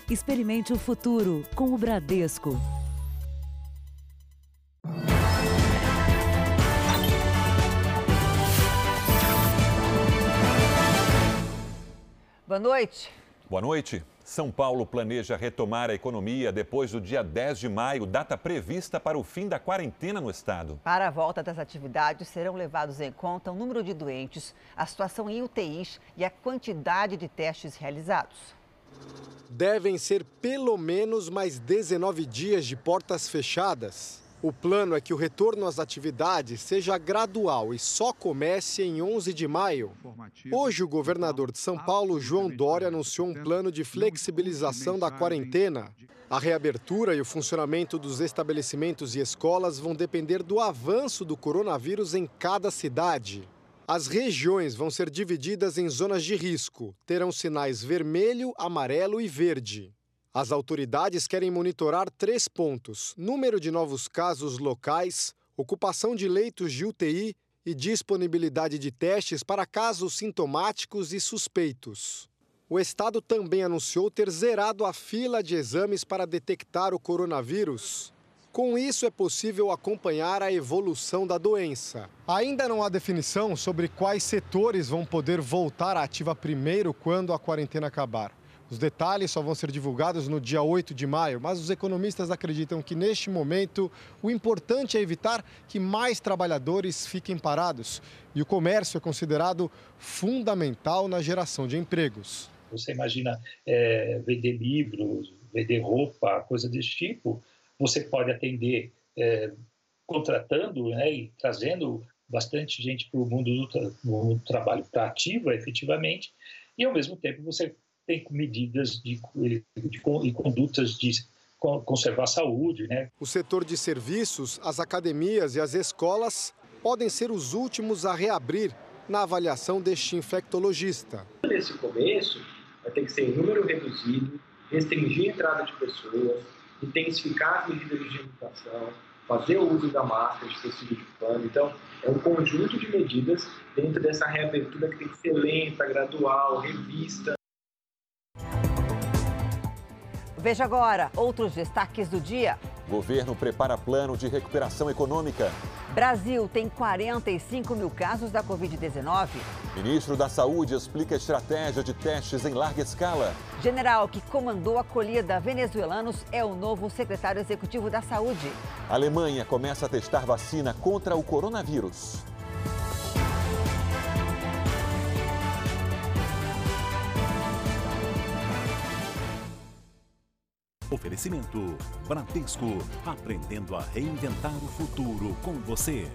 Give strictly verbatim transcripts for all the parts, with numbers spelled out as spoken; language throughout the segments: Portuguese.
Experimente o futuro com o Bradesco. Boa noite. Boa noite. São Paulo planeja retomar a economia depois do dia dez de maio, data prevista para o fim da quarentena no estado. Para a volta das atividades, serão levados em conta o número de doentes, a situação em U T Is e a quantidade de testes realizados. Devem ser pelo menos mais dezenove dias de portas fechadas. O plano é que o retorno às atividades seja gradual e só comece em onze de maio. Hoje, o governador de São Paulo, João Dória, anunciou um plano de flexibilização da quarentena. A reabertura e o funcionamento dos estabelecimentos e escolas vão depender do avanço do coronavírus em cada cidade. As regiões vão ser divididas em zonas de risco, terão sinais vermelho, amarelo e verde. As autoridades querem monitorar três pontos: número de novos casos locais, ocupação de leitos de U T I e disponibilidade de testes para casos sintomáticos e suspeitos. O estado também anunciou ter zerado a fila de exames para detectar o coronavírus. Com isso, é possível acompanhar a evolução da doença. Ainda não há definição sobre quais setores vão poder voltar à ativa primeiro quando a quarentena acabar. Os detalhes só vão ser divulgados no dia oito de maio, mas os economistas acreditam que, neste momento, o importante é evitar que mais trabalhadores fiquem parados. E o comércio é considerado fundamental na geração de empregos. Você imagina é, vender livros, vender roupa, coisa desse tipo. Você pode atender é, contratando, né, e trazendo bastante gente para o mundo do tra mundo do trabalho, para ativa, efetivamente. E, ao mesmo tempo, você tem medidas de, de, de, e condutas de conservar a saúde, né? O setor de serviços, as academias e as escolas podem ser os últimos a reabrir na avaliação deste infectologista. Nesse começo, vai ter que ser em número reduzido, restringir a entrada de pessoas, intensificar as medidas de higienização, fazer o uso da máscara de tecido de pano. Então, é um conjunto de medidas dentro dessa reabertura que tem que ser lenta, gradual, revista. Veja agora outros destaques do dia. Governo prepara plano de recuperação econômica. Brasil tem quarenta e cinco mil casos da Covid dezenove. Ministro da Saúde explica a estratégia de testes em larga escala. General que comandou a acolhida venezuelanos é o novo secretário executivo da Saúde. A Alemanha começa a testar vacina contra o coronavírus. Oferecimento Bradesco, aprendendo a reinventar o futuro com você.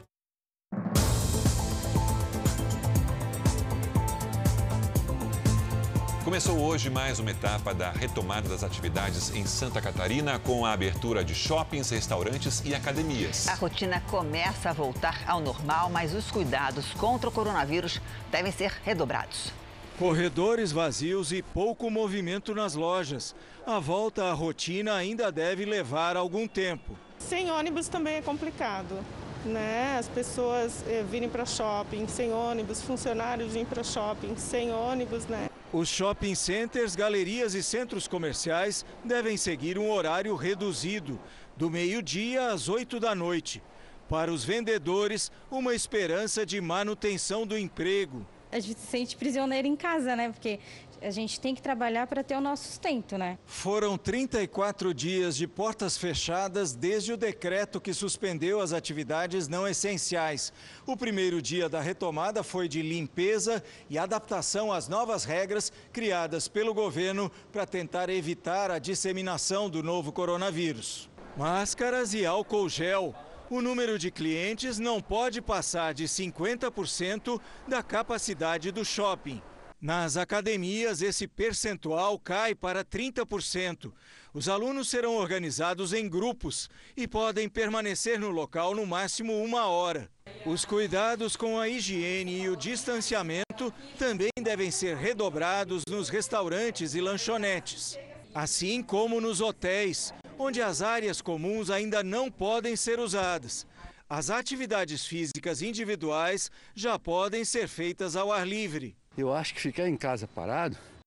Começou hoje mais uma etapa da retomada das atividades em Santa Catarina, com a abertura de shoppings, restaurantes e academias. A rotina começa a voltar ao normal, mas os cuidados contra o coronavírus devem ser redobrados. Corredores vazios e pouco movimento nas lojas. A volta à rotina ainda deve levar algum tempo. Sem ônibus também é complicado, né? As pessoas eh, virem para shopping sem ônibus, funcionários virem para shopping sem ônibus, né? Os shopping centers, galerias e centros comerciais devem seguir um horário reduzido, do meio-dia às oito da noite. Para os vendedores, uma esperança de manutenção do emprego. A gente se sente prisioneiro em casa, né? Porque a gente tem que trabalhar para ter o nosso sustento, né? Foram trinta e quatro dias de portas fechadas desde o decreto que suspendeu as atividades não essenciais. O primeiro dia da retomada foi de limpeza e adaptação às novas regras criadas pelo governo para tentar evitar a disseminação do novo coronavírus. Máscaras e álcool gel. O número de clientes não pode passar de cinquenta por cento da capacidade do shopping. Nas academias, esse percentual cai para trinta por cento. Os alunos serão organizados em grupos e podem permanecer no local no máximo uma hora. Os cuidados com a higiene e o distanciamento também devem ser redobrados nos restaurantes e lanchonetes, assim como nos hotéis, onde as áreas comuns ainda não podem ser usadas. As atividades físicas individuais já podem ser feitas ao ar livre. Eu acho que ficar em casa parado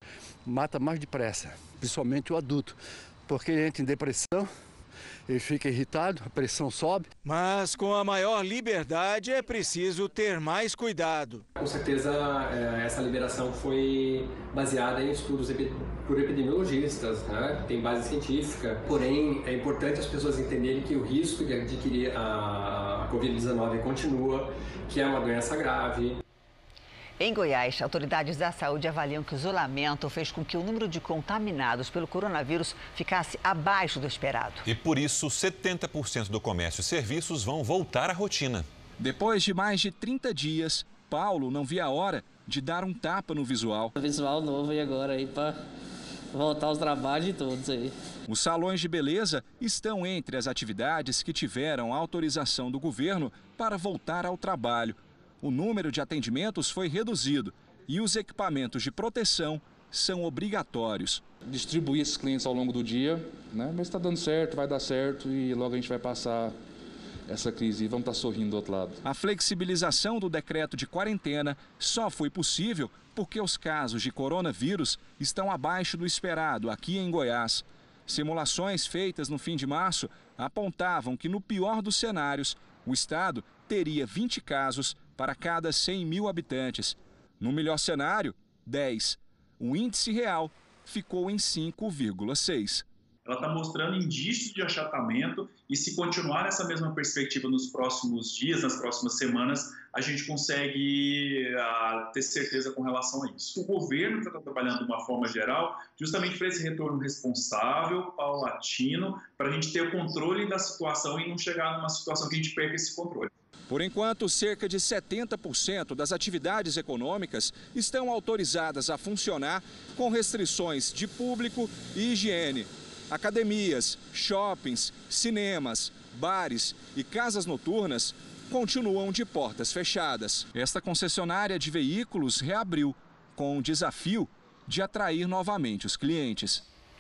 mata mais depressa, principalmente o adulto, porque ele entra em depressão, ele fica irritado, a pressão sobe. Mas com a maior liberdade é preciso ter mais cuidado. Com certeza essa liberação foi baseada em estudos por epidemiologistas, né? Tem base científica, porém é importante as pessoas entenderem que o risco de adquirir a covid dezenove continua, que é uma doença grave. Em Goiás, autoridades da saúde avaliam que o isolamento fez com que o número de contaminados pelo coronavírus ficasse abaixo do esperado. E por isso, setenta por cento do comércio e serviços vão voltar à rotina. Depois de mais de trinta dias, Paulo não via a hora de dar um tapa no visual. Visual novo e agora aí para voltar aos trabalhos de todos aí. Os salões de beleza estão entre as atividades que tiveram autorização do governo para voltar ao trabalho. O número de atendimentos foi reduzido e os equipamentos de proteção são obrigatórios. Distribuir esses clientes ao longo do dia, né? Mas está dando certo, vai dar certo e logo a gente vai passar essa crise e vamos estar sorrindo do outro lado. A flexibilização do decreto de quarentena só foi possível porque os casos de coronavírus estão abaixo do esperado aqui em Goiás. Simulações feitas no fim de março apontavam que, no pior dos cenários, o estado teria vinte casos para cada cem mil habitantes. No melhor cenário, dez. O índice real ficou em cinco vírgula seis. Ela está mostrando indícios de achatamento e, se continuar nessa mesma perspectiva nos próximos dias, nas próximas semanas, a gente consegue uh, ter certeza com relação a isso. O governo está trabalhando de uma forma geral justamente para esse retorno responsável, paulatino, para a gente ter o controle da situação e não chegar numa situação que a gente perca esse controle. Por enquanto, cerca de setenta por cento das atividades econômicas estão autorizadas a funcionar com restrições de público e higiene. Academias, shoppings, cinemas, bares e casas noturnas continuam de portas fechadas. Esta concessionária de veículos reabriu, com o desafio de atrair novamente os clientes.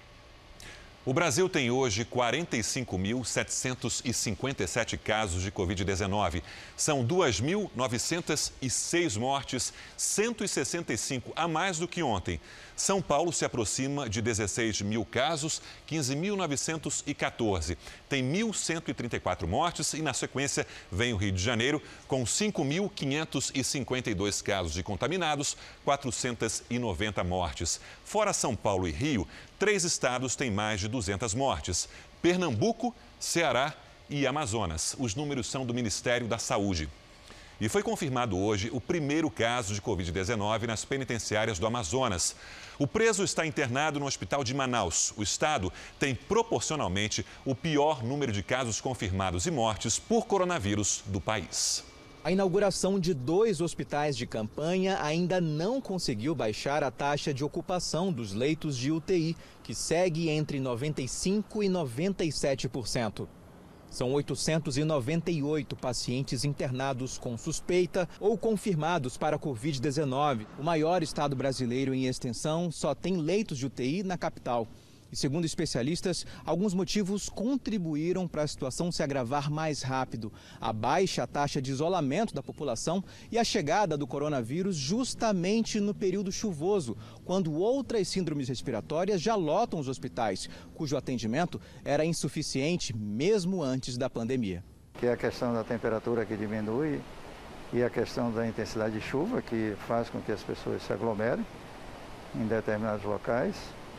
O Brasil tem hoje quarenta e cinco mil setecentos e cinquenta e sete casos de covid dezenove. São duas mil novecentas e seis mortes, cento e sessenta e cinco a mais do que ontem. São Paulo se aproxima de dezesseis mil casos, quinze mil novecentos e quatorze. Tem mil cento e trinta e quatro mortes e, na sequência, vem o Rio de Janeiro, com cinco mil quinhentos e cinquenta e dois casos de contaminados, quatrocentas e noventa mortes. Fora São Paulo e Rio, três estados têm mais de duzentas mortes: Pernambuco, Ceará e Amazonas. Os números são do Ministério da Saúde. E foi confirmado hoje o primeiro caso de covid dezenove nas penitenciárias do Amazonas. O preso está internado no hospital de Manaus. O estado tem proporcionalmente o pior número de casos confirmados e mortes por coronavírus do país. A inauguração de dois hospitais de campanha ainda não conseguiu baixar a taxa de ocupação dos leitos de U T I, que segue entre noventa e cinco por cento e noventa e sete por cento. São oitocentos e noventa e oito pacientes internados com suspeita ou confirmados para a covid dezenove. O maior estado brasileiro em extensão só tem leitos de U T I na capital. E, segundo especialistas, alguns motivos contribuíram para a situação se agravar mais rápido. A baixa taxa de isolamento da população e a chegada do coronavírus justamente no período chuvoso, quando outras síndromes respiratórias já lotam os hospitais, cujo atendimento era insuficiente mesmo antes da pandemia. Que é a questão da temperatura que diminui e a questão da intensidade de chuva, que faz com que as pessoas se aglomerem em determinados locais.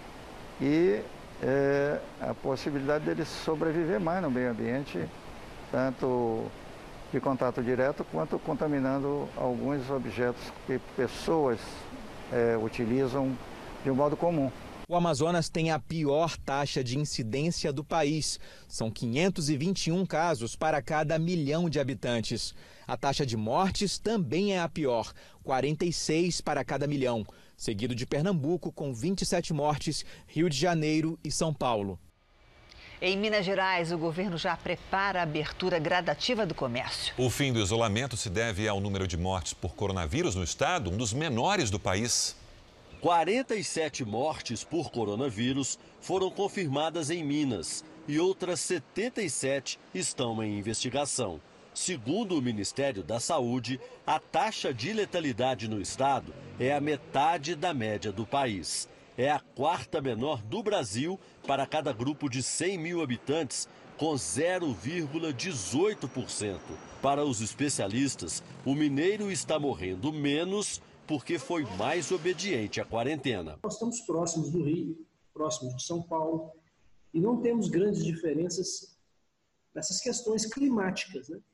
E é, a possibilidade deles sobreviver mais no meio ambiente, tanto de contato direto quanto contaminando alguns objetos que pessoas é, utilizam de um modo comum. O Amazonas tem a pior taxa de incidência do país. São quinhentos e vinte e um casos para cada milhão de habitantes. A taxa de mortes também é a pior, quarenta e seis para cada milhão. Seguido de Pernambuco, com vinte e sete mortes, Rio de Janeiro e São Paulo. Em Minas Gerais, o governo já prepara a abertura gradativa do comércio. O fim do isolamento se deve ao número de mortes por coronavírus no estado, um dos menores do país. quarenta e sete mortes por coronavírus foram confirmadas em Minas e outras setenta e sete estão em investigação. Segundo o Ministério da Saúde, a taxa de letalidade no estado é a metade da média do país. é a quarta menor do Brasil para cada grupo de cem mil habitantes, com zero vírgula dezoito por cento. Para os especialistas, o mineiro está morrendo menos porque foi mais obediente à quarentena. Nós estamos próximos do Rio, próximos de São Paulo, e não temos grandes diferenças nessas questões climáticas, né?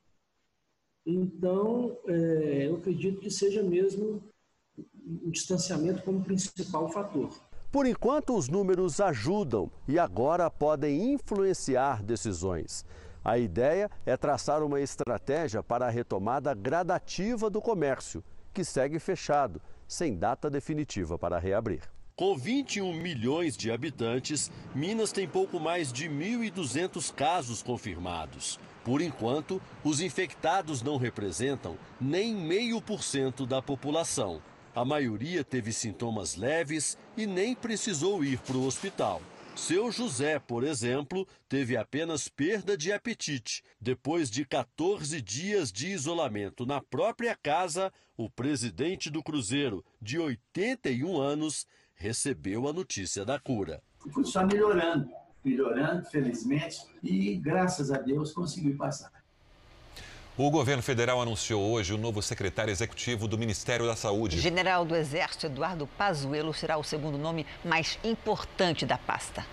Então, é, eu acredito que seja mesmo o distanciamento como principal fator. Por enquanto, os números ajudam e agora podem influenciar decisões. A ideia é traçar uma estratégia para a retomada gradativa do comércio, que segue fechado, sem data definitiva para reabrir. Com vinte e um milhões de habitantes, Minas tem pouco mais de mil e duzentos casos confirmados. Por enquanto, os infectados não representam nem meio por cento da população. A maioria teve sintomas leves e nem precisou ir para o hospital. Seu José, por exemplo, teve apenas perda de apetite. Depois de quatorze dias de isolamento na própria casa, o presidente do Cruzeiro, de oitenta e um anos, recebeu a notícia da cura. Fui só melhorando, melhorando, felizmente, e graças a Deus consegui passar. O governo federal anunciou hoje o novo secretário executivo do Ministério da Saúde. General do Exército Eduardo Pazuello será o segundo nome mais importante da pasta.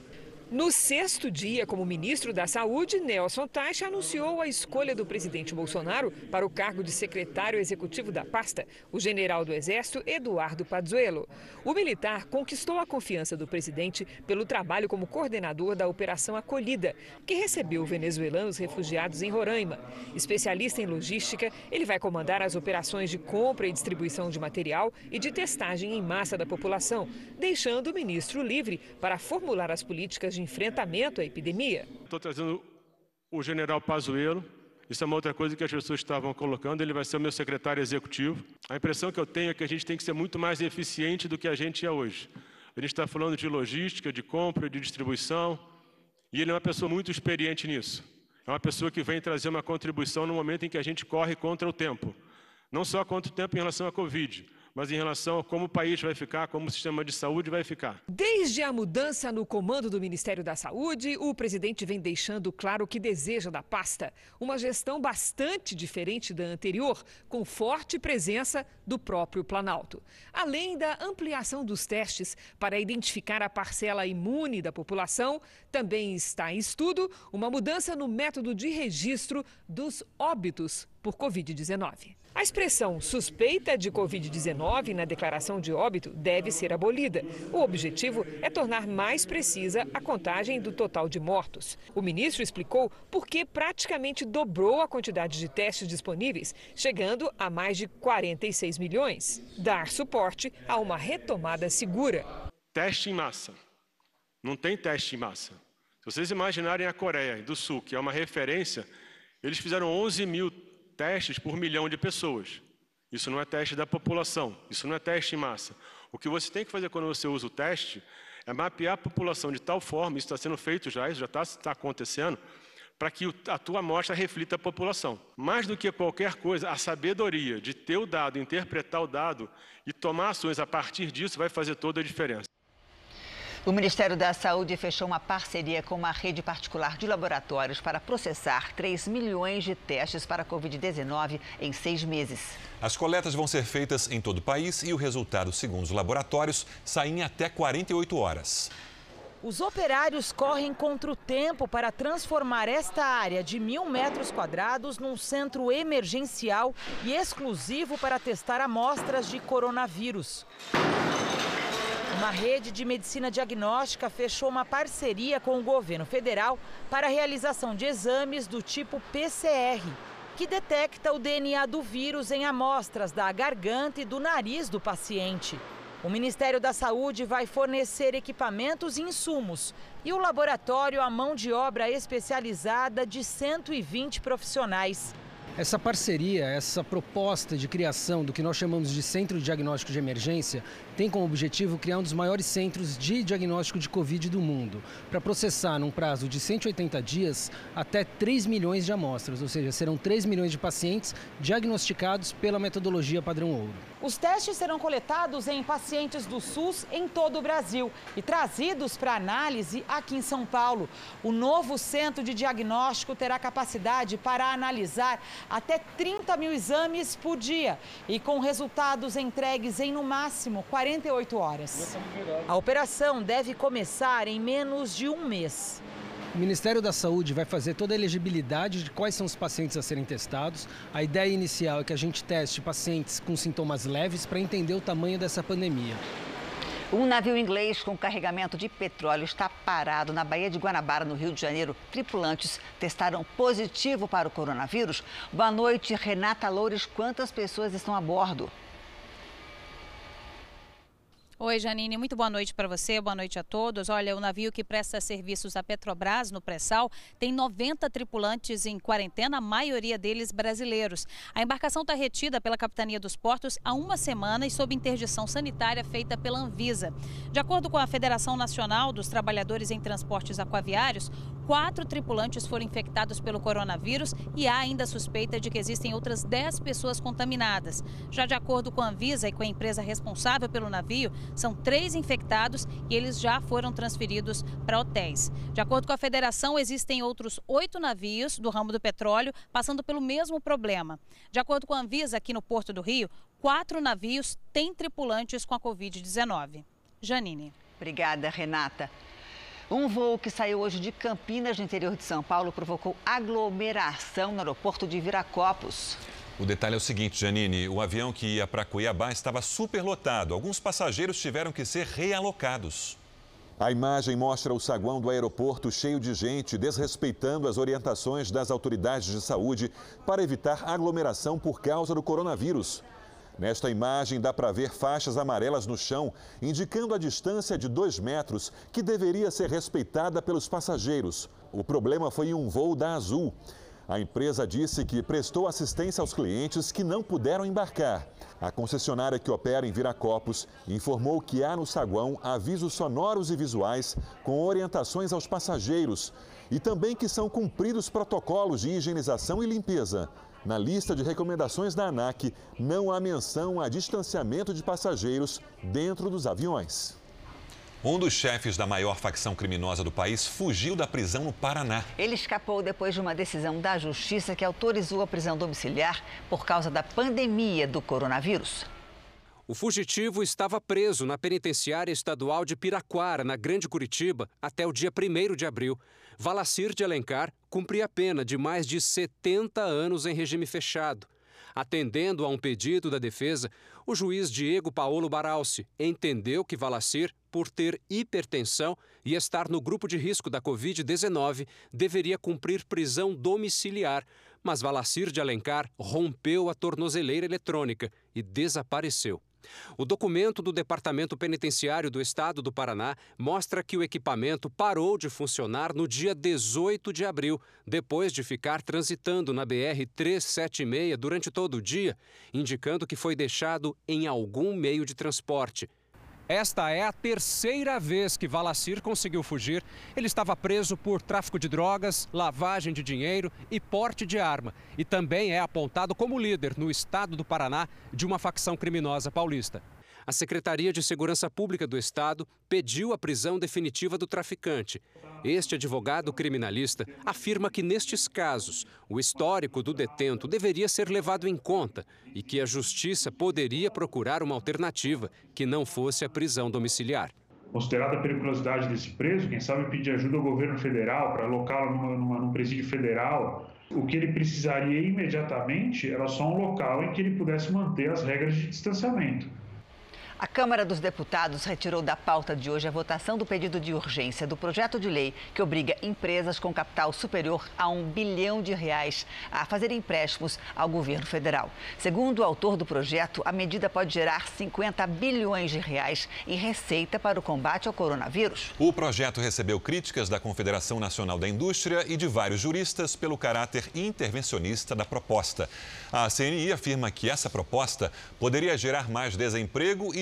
No sexto dia como ministro da Saúde, Nelson Teich anunciou a escolha do presidente Bolsonaro para o cargo de secretário executivo da pasta, o general do Exército Eduardo Pazuello. O militar conquistou a confiança do presidente pelo trabalho como coordenador da Operação Acolhida, que recebeu venezuelanos refugiados em Roraima. Especialista em logística, ele vai comandar as operações de compra e distribuição de material e de testagem em massa da população, deixando o ministro livre para formular as políticas de enfrentamento à epidemia. Estou trazendo o general Pazuello, isso é uma outra coisa que as pessoas estavam colocando, ele vai ser o meu secretário executivo. A impressão que eu tenho é que a gente tem que ser muito mais eficiente do que a gente é hoje. A gente está falando de logística, de compra, de distribuição, e ele é uma pessoa muito experiente nisso. É uma pessoa que vem trazer uma contribuição no momento em que a gente corre contra o tempo. Não só contra o tempo em relação à Covid, mas em relação a como o país vai ficar, como o sistema de saúde vai ficar. Desde a mudança no comando do Ministério da Saúde, o presidente vem deixando claro o que deseja da pasta. Uma gestão bastante diferente da anterior, com forte presença do próprio Planalto. Além da ampliação dos testes para identificar a parcela imune da população, também está em estudo uma mudança no método de registro dos óbitos por covid dezenove. A expressão suspeita de covid dezenove na declaração de óbito deve ser abolida. O objetivo é tornar mais precisa a contagem do total de mortos. O ministro explicou por que praticamente dobrou a quantidade de testes disponíveis, chegando a mais de quarenta e seis milhões. Dar suporte a uma retomada segura. Teste em massa. Não tem teste em massa. Se vocês imaginarem a Coreia do Sul, que é uma referência, eles fizeram onze mil testes por milhão de pessoas. Isso não é teste da população, isso não é teste em massa. O que você tem que fazer quando você usa o teste é mapear a população de tal forma, isso está sendo feito já, isso já está, está acontecendo, para que a tua amostra reflita a população. Mais do que qualquer coisa, a sabedoria de ter o dado, interpretar o dado e tomar ações a partir disso vai fazer toda a diferença. O Ministério da Saúde fechou uma parceria com uma rede particular de laboratórios para processar três milhões de testes para covid dezenove em seis meses. As coletas vão ser feitas em todo o país e o resultado, segundo os laboratórios, sai em até quarenta e oito horas. Os operários correm contra o tempo para transformar esta área de mil metros quadrados num centro emergencial e exclusivo para testar amostras de coronavírus. Uma rede de medicina diagnóstica fechou uma parceria com o governo federal para a realização de exames do tipo P C R, que detecta o D N A do vírus em amostras da garganta e do nariz do paciente. O Ministério da Saúde vai fornecer equipamentos e insumos e o laboratório a mão de obra especializada de cento e vinte profissionais. Essa parceria, essa proposta de criação do que nós chamamos de Centro de Diagnóstico de Emergência tem como objetivo criar um dos maiores centros de diagnóstico de Covid do mundo, para processar, num prazo de cento e oitenta dias, até três milhões de amostras, ou seja, serão três milhões de pacientes diagnosticados pela metodologia padrão ouro. Os testes serão coletados em pacientes do SUS em todo o Brasil e trazidos para análise aqui em São Paulo. O novo centro de diagnóstico terá capacidade para analisar até trinta mil exames por dia e com resultados entregues em, no máximo, quarenta e oito horas. A operação deve começar em menos de um mês. O Ministério da Saúde vai fazer toda a elegibilidade de quais são os pacientes a serem testados. A ideia inicial é que a gente teste pacientes com sintomas leves para entender o tamanho dessa pandemia. Um navio inglês com carregamento de petróleo está parado na Baía de Guanabara, no Rio de Janeiro. Tripulantes testaram positivo para o coronavírus. Boa noite, Renata Loures. Quantas pessoas estão a bordo? Oi, Janine, muito boa noite para você, boa noite a todos. Olha, o navio que presta serviços à Petrobras no pré-sal tem noventa tripulantes em quarentena, a maioria deles brasileiros. A embarcação está retida pela Capitania dos Portos há uma semana e sob interdição sanitária feita pela Anvisa. De acordo com a Federação Nacional dos Trabalhadores em Transportes Aquaviários, quatro tripulantes foram infectados pelo coronavírus e há ainda suspeita de que existem outras dez pessoas contaminadas. Já de acordo com a Anvisa e com a empresa responsável pelo navio, são três infectados e eles já foram transferidos para hotéis. De acordo com a federação, existem outros oito navios do ramo do petróleo passando pelo mesmo problema. De acordo com a Anvisa, aqui no Porto do Rio, quatro navios têm tripulantes com a covid dezenove. Janine. Obrigada, Renata. Um voo que saiu hoje de Campinas, no interior de São Paulo, provocou aglomeração no aeroporto de Viracopos. O detalhe é o seguinte, Janine, o avião que ia para Cuiabá estava superlotado. Alguns passageiros tiveram que ser realocados. A imagem mostra o saguão do aeroporto cheio de gente, desrespeitando as orientações das autoridades de saúde para evitar aglomeração por causa do coronavírus. Nesta imagem dá para ver faixas amarelas no chão, indicando a distância de dois metros que deveria ser respeitada pelos passageiros. O problema foi em um voo da Azul. A empresa disse que prestou assistência aos clientes que não puderam embarcar. A concessionária que opera em Viracopos informou que há no saguão avisos sonoros e visuais com orientações aos passageiros e também que são cumpridos protocolos de higienização e limpeza. Na lista de recomendações da ANAC, não há menção a distanciamento de passageiros dentro dos aviões. Um dos chefes da maior facção criminosa do país fugiu da prisão no Paraná. Ele escapou depois de uma decisão da Justiça que autorizou a prisão domiciliar por causa da pandemia do coronavírus. O fugitivo estava preso na penitenciária estadual de Piraquara, na Grande Curitiba, até o dia primeiro de abril. Valacir de Alencar cumpria a pena de mais de setenta anos em regime fechado. Atendendo a um pedido da defesa, o juiz Diego Paolo Baralci entendeu que Valacir, por ter hipertensão e estar no grupo de risco da covid dezenove, deveria cumprir prisão domiciliar. Mas Valacir de Alencar rompeu a tornozeleira eletrônica e desapareceu. O documento do Departamento Penitenciário do Estado do Paraná mostra que o equipamento parou de funcionar no dia dezoito de abril, depois de ficar transitando na B R trezentos e setenta e seis durante todo o dia, indicando que foi deixado em algum meio de transporte. Esta é a terceira vez que Valacir conseguiu fugir. Ele estava preso por tráfico de drogas, lavagem de dinheiro e porte de arma. E também é apontado como líder no estado do Paraná de uma facção criminosa paulista. A Secretaria de Segurança Pública do Estado pediu a prisão definitiva do traficante. Este advogado criminalista afirma que, nestes casos, o histórico do detento deveria ser levado em conta e que a Justiça poderia procurar uma alternativa que não fosse a prisão domiciliar. Considerada a periculosidade desse preso, quem sabe pedir ajuda ao governo federal para alocá-lo numa, numa, num presídio federal. O que ele precisaria imediatamente era só um local em que ele pudesse manter as regras de distanciamento. A Câmara dos Deputados retirou da pauta de hoje a votação do pedido de urgência do projeto de lei que obriga empresas com capital superior a um bilhão de reais a fazer empréstimos ao governo federal. Segundo o autor do projeto, a medida pode gerar cinquenta bilhões de reais em receita para o combate ao coronavírus. O projeto recebeu críticas da Confederação Nacional da Indústria e de vários juristas pelo caráter intervencionista da proposta. A C N I afirma que essa proposta poderia gerar mais desemprego e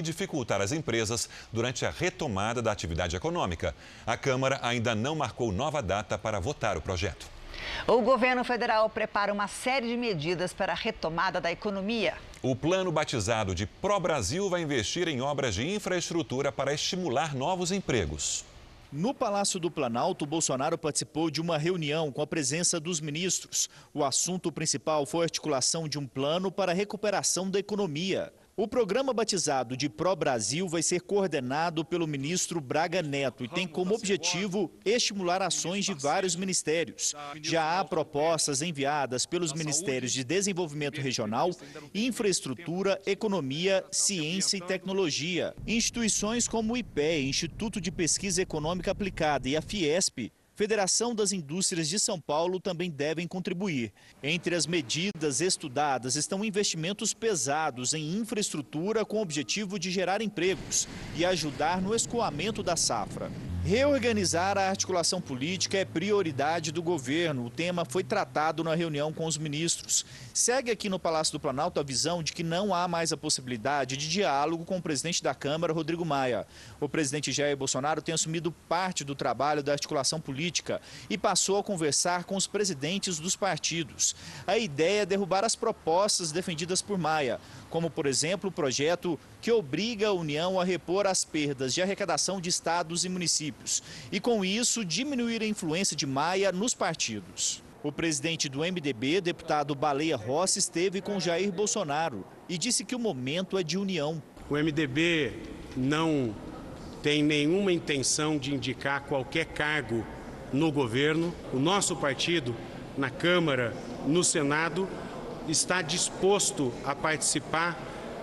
e dificultar as empresas durante a retomada da atividade econômica. A Câmara ainda não marcou nova data para votar o projeto. O governo federal prepara uma série de medidas para a retomada da economia. O plano batizado de Pro-Brasil vai investir em obras de infraestrutura para estimular novos empregos. No Palácio do Planalto, Bolsonaro participou de uma reunião com a presença dos ministros. O assunto principal foi a articulação de um plano para a recuperação da economia. O programa batizado de Pro-Brasil vai ser coordenado pelo ministro Braga Neto e tem como objetivo estimular ações de vários ministérios. Já há propostas enviadas pelos Ministérios de Desenvolvimento Regional, Infraestrutura, Economia, Ciência e Tecnologia. Instituições como o I P E, Instituto de Pesquisa Econômica Aplicada, e a Fiesp, Federação das Indústrias de São Paulo, também devem contribuir. Entre as medidas estudadas estão investimentos pesados em infraestrutura com o objetivo de gerar empregos e ajudar no escoamento da safra. Reorganizar a articulação política é prioridade do governo. O tema foi tratado na reunião com os ministros. Segue aqui no Palácio do Planalto a visão de que não há mais a possibilidade de diálogo com o presidente da Câmara, Rodrigo Maia. O presidente Jair Bolsonaro tem assumido parte do trabalho da articulação política e passou a conversar com os presidentes dos partidos. A ideia é derrubar as propostas defendidas por Maia, como, por exemplo, o projeto que obriga a União a repor as perdas de arrecadação de estados e municípios e, com isso, diminuir a influência de Maia nos partidos. O presidente do M D B, deputado Baleia Rossi, esteve com Jair Bolsonaro e disse que o momento é de união. O M D B não tem nenhuma intenção de indicar qualquer cargo no governo. O nosso partido, na Câmara, no Senado, está disposto a participar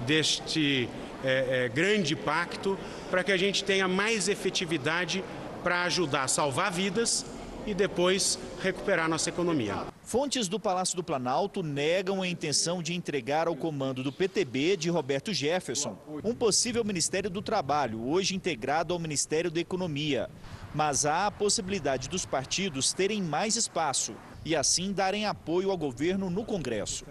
deste é, é, grande pacto para que a gente tenha mais efetividade para ajudar a salvar vidas e depois recuperar nossa economia. Fontes do Palácio do Planalto negam a intenção de entregar ao comando do P T B de Roberto Jefferson um possível Ministério do Trabalho, hoje integrado ao Ministério da Economia. Mas há a possibilidade dos partidos terem mais espaço e assim darem apoio ao governo no Congresso.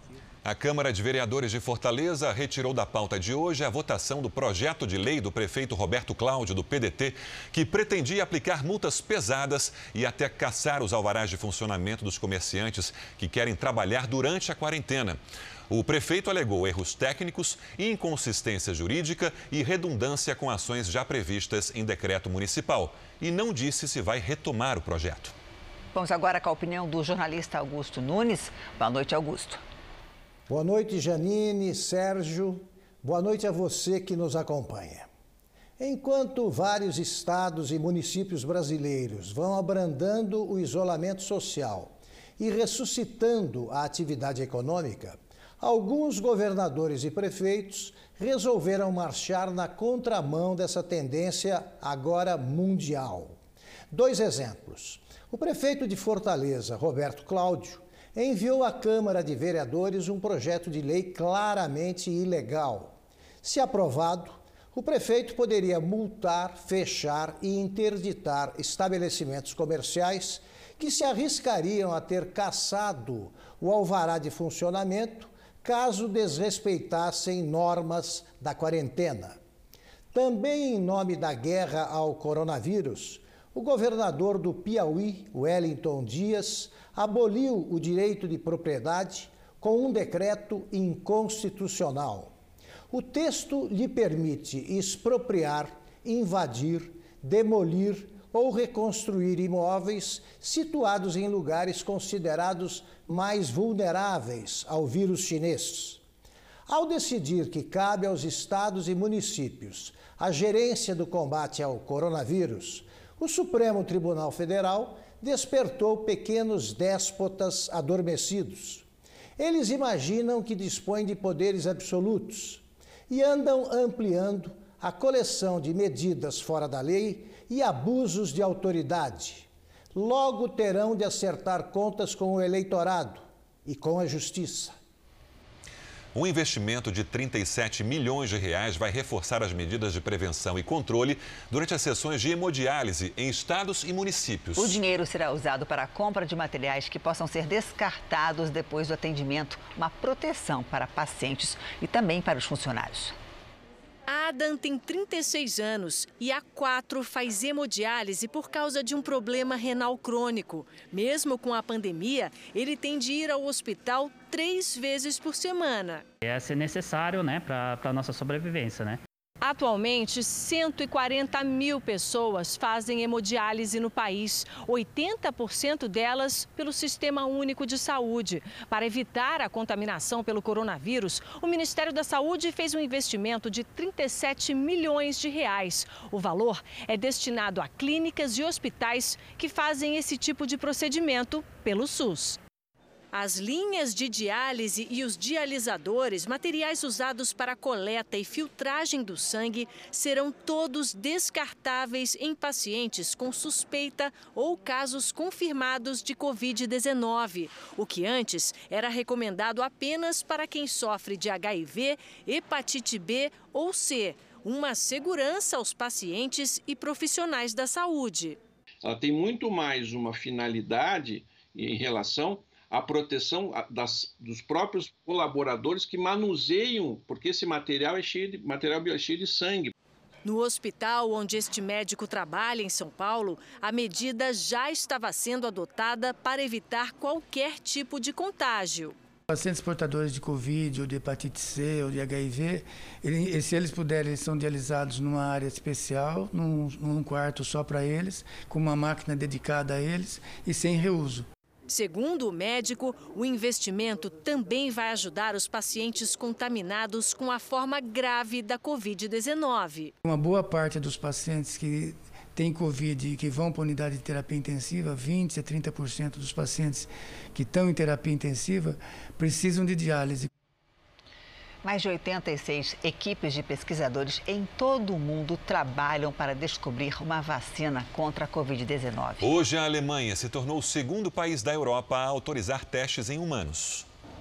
A Câmara de Vereadores de Fortaleza retirou da pauta de hoje a votação do projeto de lei do prefeito Roberto Cláudio, do P D T, que pretendia aplicar multas pesadas e até cassar os alvarás de funcionamento dos comerciantes que querem trabalhar durante a quarentena. O prefeito alegou erros técnicos, inconsistência jurídica e redundância com ações já previstas em decreto municipal e não disse se vai retomar o projeto. Vamos agora com a opinião do jornalista Augusto Nunes. Boa noite, Augusto. Boa noite, Janine, Sérgio. Boa noite a você que nos acompanha. Enquanto vários estados e municípios brasileiros vão abrandando o isolamento social e ressuscitando a atividade econômica, alguns governadores e prefeitos resolveram marchar na contramão dessa tendência agora mundial. Dois exemplos. O prefeito de Fortaleza, Roberto Cláudio, enviou à Câmara de Vereadores um projeto de lei claramente ilegal. Se aprovado, o prefeito poderia multar, fechar e interditar estabelecimentos comerciais que se arriscariam a ter cassado o alvará de funcionamento caso desrespeitassem normas da quarentena. Também em nome da guerra ao coronavírus, o governador do Piauí, Wellington Dias, aboliu o direito de propriedade com um decreto inconstitucional. O texto lhe permite expropriar, invadir, demolir ou reconstruir imóveis situados em lugares considerados mais vulneráveis ao vírus chinês. Ao decidir que cabe aos estados e municípios a gerência do combate ao coronavírus, o Supremo Tribunal Federal despertou pequenos déspotas adormecidos. Eles imaginam que dispõem de poderes absolutos e andam ampliando a coleção de medidas fora da lei e abusos de autoridade. Logo terão de acertar contas com o eleitorado e com a justiça. Um investimento de trinta e sete milhões de reais vai reforçar as medidas de prevenção e controle durante as sessões de hemodiálise em estados e municípios. O dinheiro será usado para a compra de materiais que possam ser descartados depois do atendimento, uma proteção para pacientes e também para os funcionários. A Adam tem trinta e seis anos e há quatro faz hemodiálise por causa de um problema renal crônico. Mesmo com a pandemia, ele tem de ir ao hospital três vezes por semana. É ser necessário, né, para a nossa sobrevivência, né? Atualmente, cento e quarenta mil pessoas fazem hemodiálise no país, oitenta por cento delas pelo Sistema Único de Saúde. Para evitar a contaminação pelo coronavírus, o Ministério da Saúde fez um investimento de trinta e sete milhões de reais. O valor é destinado a clínicas e hospitais que fazem esse tipo de procedimento pelo SUS. As linhas de diálise e os dialisadores, materiais usados para a coleta e filtragem do sangue, serão todos descartáveis em pacientes com suspeita ou casos confirmados de covid dezenove, o que antes era recomendado apenas para quem sofre de H I V, hepatite B ou C, uma segurança aos pacientes e profissionais da saúde. Ela tem muito mais uma finalidade em relação a proteção das, dos próprios colaboradores que manuseiam, porque esse material é cheio de, material é cheio de sangue. No hospital onde este médico trabalha, em São Paulo, a medida já estava sendo adotada para evitar qualquer tipo de contágio. Pacientes portadores de Covid, ou de hepatite C, ou de H I V, ele, se eles puderem, eles são dialisados numa área especial, num, num quarto só para eles, com uma máquina dedicada a eles e sem reuso. Segundo o médico, o investimento também vai ajudar os pacientes contaminados com a forma grave da covid dezenove. Uma boa parte dos pacientes que têm Covid e que vão para a unidade de terapia intensiva, vinte a trinta por cento dos pacientes que estão em terapia intensiva precisam de diálise. Mais de oitenta e seis equipes de pesquisadores em todo o mundo trabalham para descobrir uma vacina contra a covid dezenove. Hoje, a Alemanha se tornou o segundo país da Europa a autorizar testes em humanos.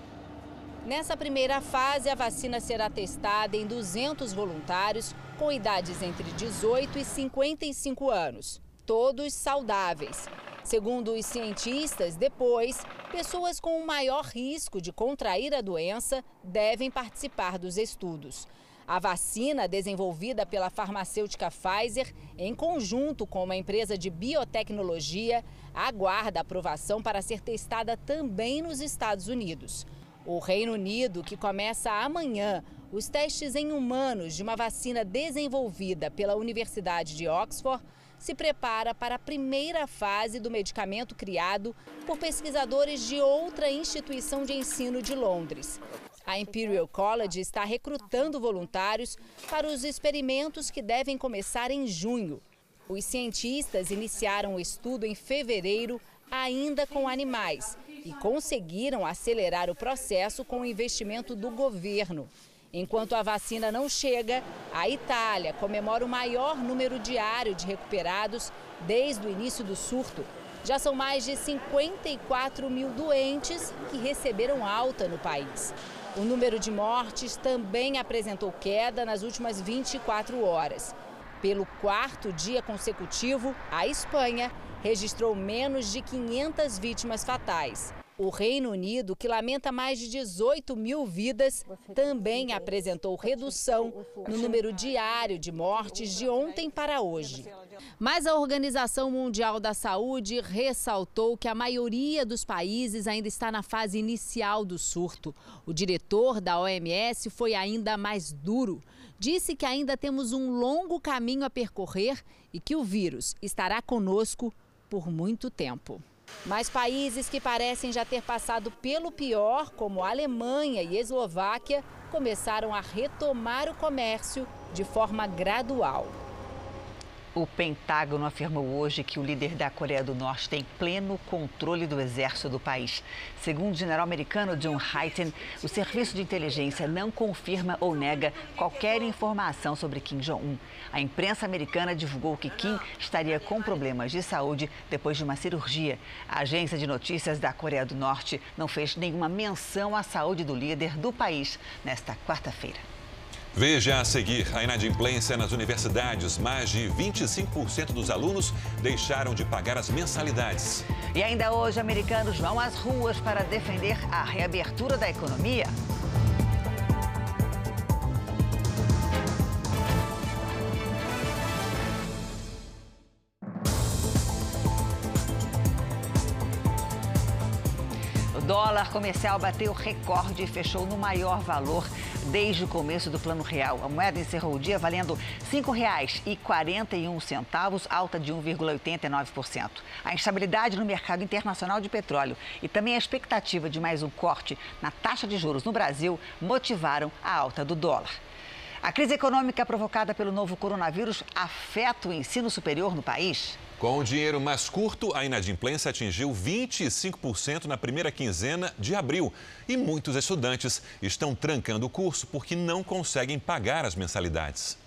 Nessa primeira fase, a vacina será testada em duzentos voluntários com idades entre dezoito e cinquenta e cinco anos, todos saudáveis. Segundo os cientistas, depois, pessoas com maior risco de contrair a doença devem participar dos estudos. A vacina, desenvolvida pela farmacêutica Pfizer, em conjunto com uma empresa de biotecnologia, aguarda aprovação para ser testada também nos Estados Unidos. O Reino Unido, que começa amanhã os testes em humanos de uma vacina desenvolvida pela Universidade de Oxford, se prepara para a primeira fase do medicamento criado por pesquisadores de outra instituição de ensino de Londres. A Imperial College está recrutando voluntários para os experimentos que devem começar em junho. Os cientistas iniciaram o estudo em fevereiro, ainda com animais, e conseguiram acelerar o processo com o investimento do governo. Enquanto a vacina não chega, a Itália comemora o maior número diário de recuperados desde o início do surto. Já são mais de cinquenta e quatro mil doentes que receberam alta no país. O número de mortes também apresentou queda nas últimas vinte e quatro horas. Pelo quarto dia consecutivo, a Espanha registrou menos de quinhentas vítimas fatais. O Reino Unido, que lamenta mais de dezoito mil vidas, também apresentou redução no número diário de mortes de ontem para hoje. Mas a Organização Mundial da Saúde ressaltou que a maioria dos países ainda está na fase inicial do surto. O diretor da O M S foi ainda mais duro. Disse que ainda temos um longo caminho a percorrer e que o vírus estará conosco por muito tempo. Mas países que parecem já ter passado pelo pior, como Alemanha e Eslováquia, começaram a retomar o comércio de forma gradual. O Pentágono afirmou hoje que o líder da Coreia do Norte tem pleno controle do exército do país. Segundo o general americano John Hyten, o serviço de inteligência não confirma ou nega qualquer informação sobre Kim Jong-un. A imprensa americana divulgou que Kim estaria com problemas de saúde depois de uma cirurgia. A agência de notícias da Coreia do Norte não fez nenhuma menção à saúde do líder do país nesta quarta-feira. Veja a seguir a inadimplência nas universidades. Mais de vinte e cinco por cento dos alunos deixaram de pagar as mensalidades. E ainda hoje, americanos vão às ruas para defender a reabertura da economia. dólar comercial bateu recorde e fechou no maior valor desde o começo do Plano Real. A moeda encerrou o dia valendo cinco reais e quarenta e um centavos, alta de um vírgula oitenta e nove por cento. A instabilidade no mercado internacional de petróleo e também a expectativa de mais um corte na taxa de juros no Brasil motivaram a alta do dólar. A crise econômica provocada pelo novo coronavírus afeta o ensino superior no país? Com o dinheiro mais curto, a inadimplência atingiu vinte e cinco por cento na primeira quinzena de abril. E muitos estudantes estão trancando o curso porque não conseguem pagar as mensalidades.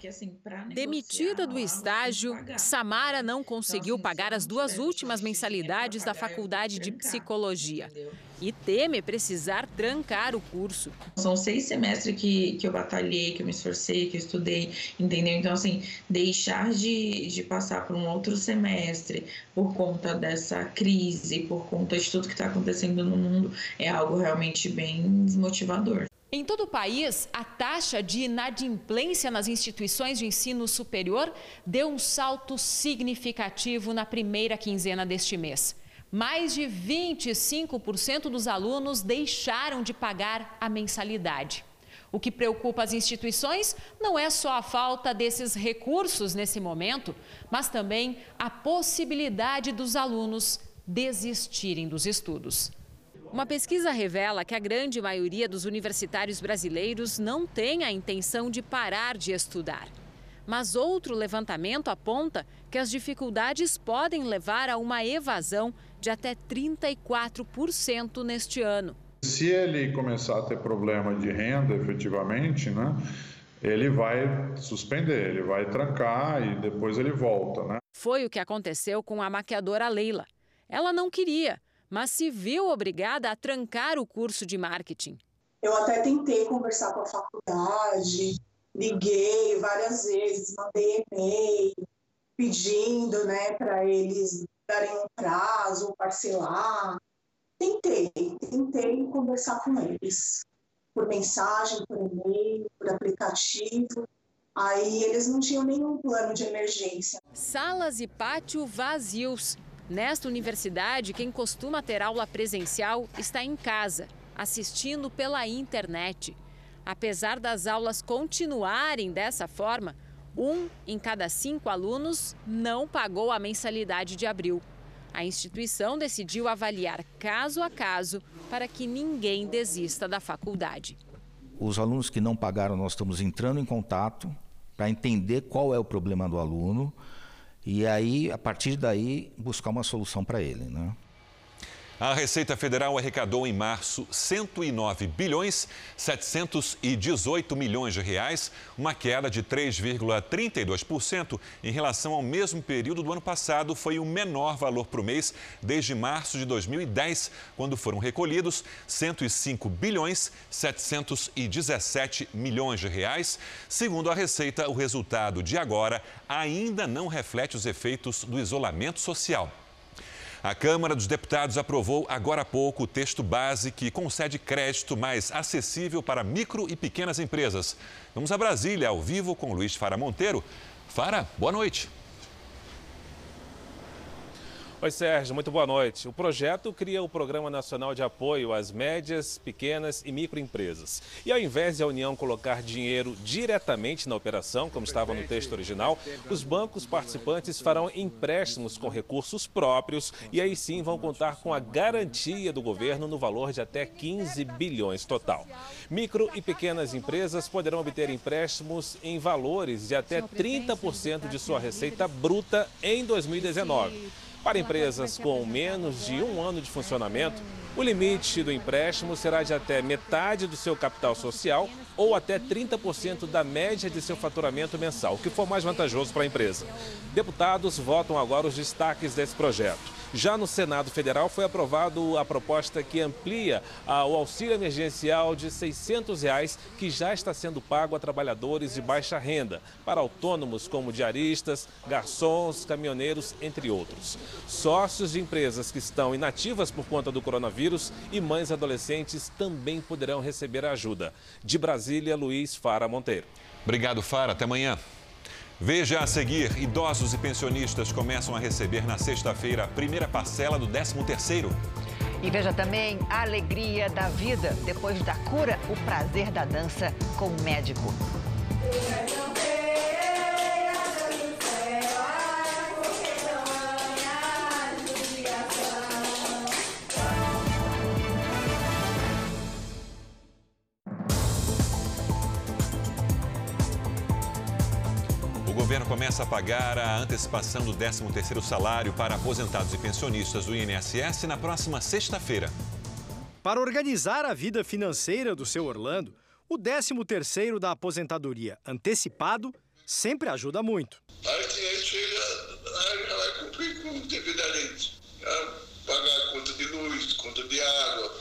Demitida do estágio, Samara não conseguiu pagar as duas últimas mensalidades da faculdade de psicologia e teme precisar trancar o curso. São seis semestres que, que eu batalhei, que eu me esforcei, que eu estudei, entendeu? Então, assim, deixar de, de passar por um outro semestre por conta dessa crise, por conta de tudo que está acontecendo no mundo, é algo realmente bem desmotivador. Em todo o país, a taxa de inadimplência nas instituições de ensino superior deu um salto significativo na primeira quinzena deste mês. Mais de vinte e cinco por cento dos alunos deixaram de pagar a mensalidade. O que preocupa as instituições não é só a falta desses recursos nesse momento, mas também a possibilidade dos alunos desistirem dos estudos. Uma pesquisa revela que a grande maioria dos universitários brasileiros não tem a intenção de parar de estudar. Mas outro levantamento aponta que as dificuldades podem levar a uma evasão de até trinta e quatro por cento neste ano. Se ele começar a ter problema de renda efetivamente, né, ele vai suspender, ele vai trancar e depois ele volta, né? Foi o que aconteceu com a maquiadora Leila. Ela não queria, mas se viu obrigada a trancar o curso de marketing. Eu até tentei conversar com a faculdade, liguei várias vezes, mandei e-mail pedindo, né, para eles darem um prazo ou parcelar. Tentei, tentei conversar com eles, por mensagem, por e-mail, por aplicativo. Aí eles não tinham nenhum plano de emergência. Salas e pátio vazios. Nesta universidade, quem costuma ter aula presencial está em casa, assistindo pela internet. Apesar das aulas continuarem dessa forma, um em cada cinco alunos não pagou a mensalidade de abril. A instituição decidiu avaliar caso a caso para que ninguém desista da faculdade. Os alunos que não pagaram, nós estamos entrando em contato para entender qual é o problema do aluno. E aí, a partir daí, buscar uma solução para ele, né? A Receita Federal arrecadou em março cento e nove bilhões setecentos e dezoito milhões de reais, uma queda de três vírgula trinta e dois por cento em relação ao mesmo período do ano passado. Foi o menor valor por mês desde março de dois mil e dez, quando foram recolhidos cento e cinco bilhões setecentos e dezessete milhões de reais. Segundo a Receita, o resultado de agora ainda não reflete os efeitos do isolamento social. A Câmara dos Deputados aprovou agora há pouco o texto base que concede crédito mais acessível para micro e pequenas empresas. Vamos a Brasília, ao vivo, com Luiz Fara Monteiro. Fara, boa noite. Oi, Sérgio, muito boa noite. O projeto cria o Programa Nacional de Apoio às Médias, Pequenas e Microempresas. E ao invés de a União colocar dinheiro diretamente na operação, como estava no texto original, os bancos participantes farão empréstimos com recursos próprios e aí sim vão contar com a garantia do governo no valor de até quinze bilhões total. Micro e pequenas empresas poderão obter empréstimos em valores de até trinta por cento de sua receita bruta em dois mil e dezenove. Para empresas com menos de um ano de funcionamento, o limite do empréstimo será de até metade do seu capital social ou até trinta por cento da média de seu faturamento mensal, o que for mais vantajoso para a empresa. Deputados votam agora os destaques desse projeto. Já no Senado Federal foi aprovado a proposta que amplia o auxílio emergencial de seiscentos reais, que já está sendo pago a trabalhadores de baixa renda, para autônomos como diaristas, garçons, caminhoneiros, entre outros. Sócios de empresas que estão inativas por conta do coronavírus e mães adolescentes também poderão receber a ajuda. De Brasília, Luiz Fara Monteiro. Obrigado, Fara. Até amanhã. Veja a seguir, idosos e pensionistas começam a receber na sexta-feira a primeira parcela do décimo terceiro. E veja também a alegria da vida. Depois da cura, o prazer da dança com o médico. O governo começa a pagar a antecipação do décimo terceiro salário para aposentados e pensionistas do I N S S na próxima sexta-feira. Para organizar a vida financeira do seu Orlando, o décimo terceiro da aposentadoria antecipado sempre ajuda muito. Aí que ele chega, aí vai cumprir com devidamente. Pagar a conta de luz, conta de água,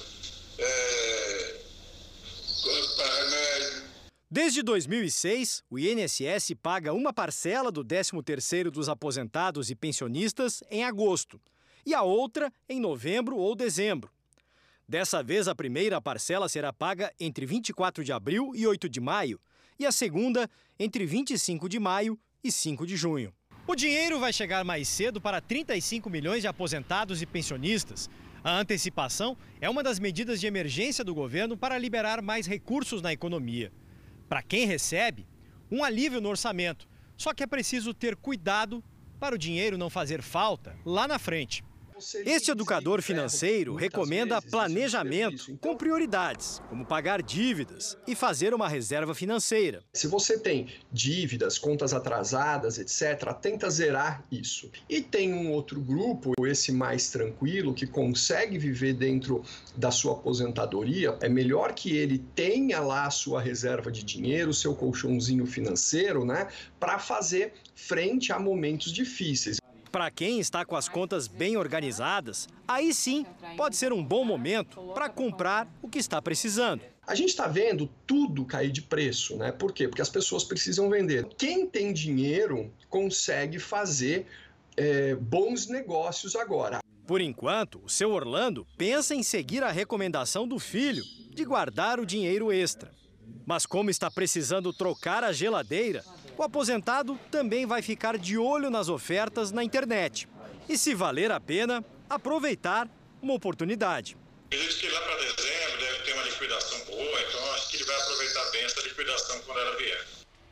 é, conta para remédio. Desde dois mil e seis, o I N S S paga uma parcela do décimo terceiro dos aposentados e pensionistas em agosto e a outra em novembro ou dezembro. Dessa vez, a primeira parcela será paga entre vinte e quatro de abril e oito de maio e a segunda entre vinte e cinco de maio e cinco de junho. O dinheiro vai chegar mais cedo para trinta e cinco milhões de aposentados e pensionistas. A antecipação é uma das medidas de emergência do governo para liberar mais recursos na economia. Para quem recebe, um alívio no orçamento. Só que é preciso ter cuidado para o dinheiro não fazer falta lá na frente. Este educador financeiro recomenda planejamento com prioridades, como pagar dívidas e fazer uma reserva financeira. Se você tem dívidas, contas atrasadas, etcétera, tenta zerar isso. E tem um outro grupo, esse mais tranquilo, que consegue viver dentro da sua aposentadoria. É melhor que ele tenha lá a sua reserva de dinheiro, seu colchãozinho financeiro, né, para fazer frente a momentos difíceis. Para quem está com as contas bem organizadas, aí sim pode ser um bom momento para comprar o que está precisando. A gente está vendo tudo cair de preço, né? Por quê? Porque as pessoas precisam vender. Quem tem dinheiro consegue fazer é, bons negócios agora. Por enquanto, o seu Orlando pensa em seguir a recomendação do filho de guardar o dinheiro extra. Mas como está precisando trocar a geladeira, o aposentado também vai ficar de olho nas ofertas na internet. E se valer a pena, aproveitar uma oportunidade. Acredito que lá para dezembro deve ter uma liquidação boa, então acho que ele vai aproveitar bem essa liquidação quando ela vier.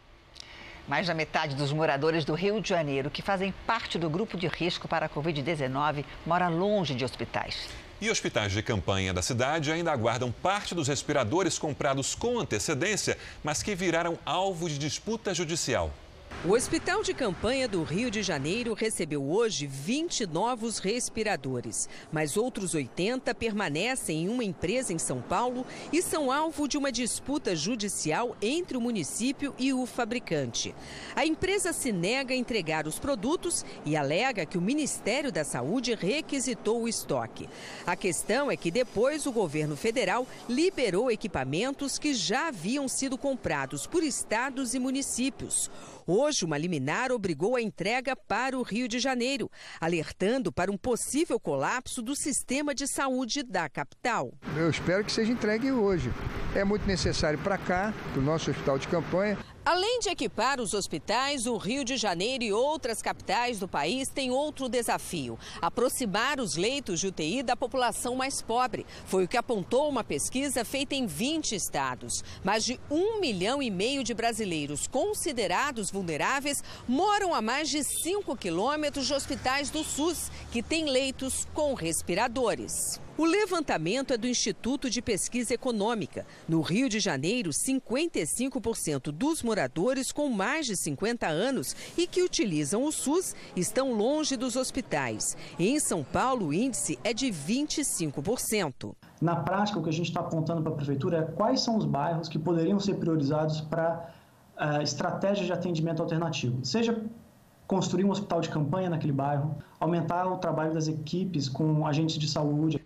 Mais da metade dos moradores do Rio de Janeiro, que fazem parte do grupo de risco para a covid dezenove, mora longe de hospitais. E hospitais de campanha da cidade ainda aguardam parte dos respiradores comprados com antecedência, mas que viraram alvo de disputa judicial. O Hospital de Campanha do Rio de Janeiro recebeu hoje vinte novos respiradores, mas outros oitenta permanecem em uma empresa em São Paulo e são alvo de uma disputa judicial entre o município e o fabricante. A empresa se nega a entregar os produtos e alega que o Ministério da Saúde requisitou o estoque. A questão é que depois o governo federal liberou equipamentos que já haviam sido comprados por estados e municípios. Hoje, uma liminar obrigou a entrega para o Rio de Janeiro, alertando para um possível colapso do sistema de saúde da capital. Eu espero que seja entregue hoje. É muito necessário para cá, para o nosso hospital de campanha. Além de equipar os hospitais, o Rio de Janeiro e outras capitais do país têm outro desafio: aproximar os leitos de U T I da população mais pobre. Foi o que apontou uma pesquisa feita em vinte estados. Mais de um milhão e meio de brasileiros considerados vulneráveis moram a mais de cinco quilômetros de hospitais do SUS, que têm leitos com respiradores. O levantamento é do Instituto de Pesquisa Econômica. No Rio de Janeiro, cinquenta e cinco por cento dos moradores com mais de cinquenta anos e que utilizam o SUS estão longe dos hospitais. Em São Paulo, o índice é de vinte e cinco por cento. Na prática, o que a gente está apontando para a Prefeitura é quais são os bairros que poderiam ser priorizados para uh, estratégias de atendimento alternativo. Seja construir um hospital de campanha naquele bairro, aumentar o trabalho das equipes com agentes de saúde.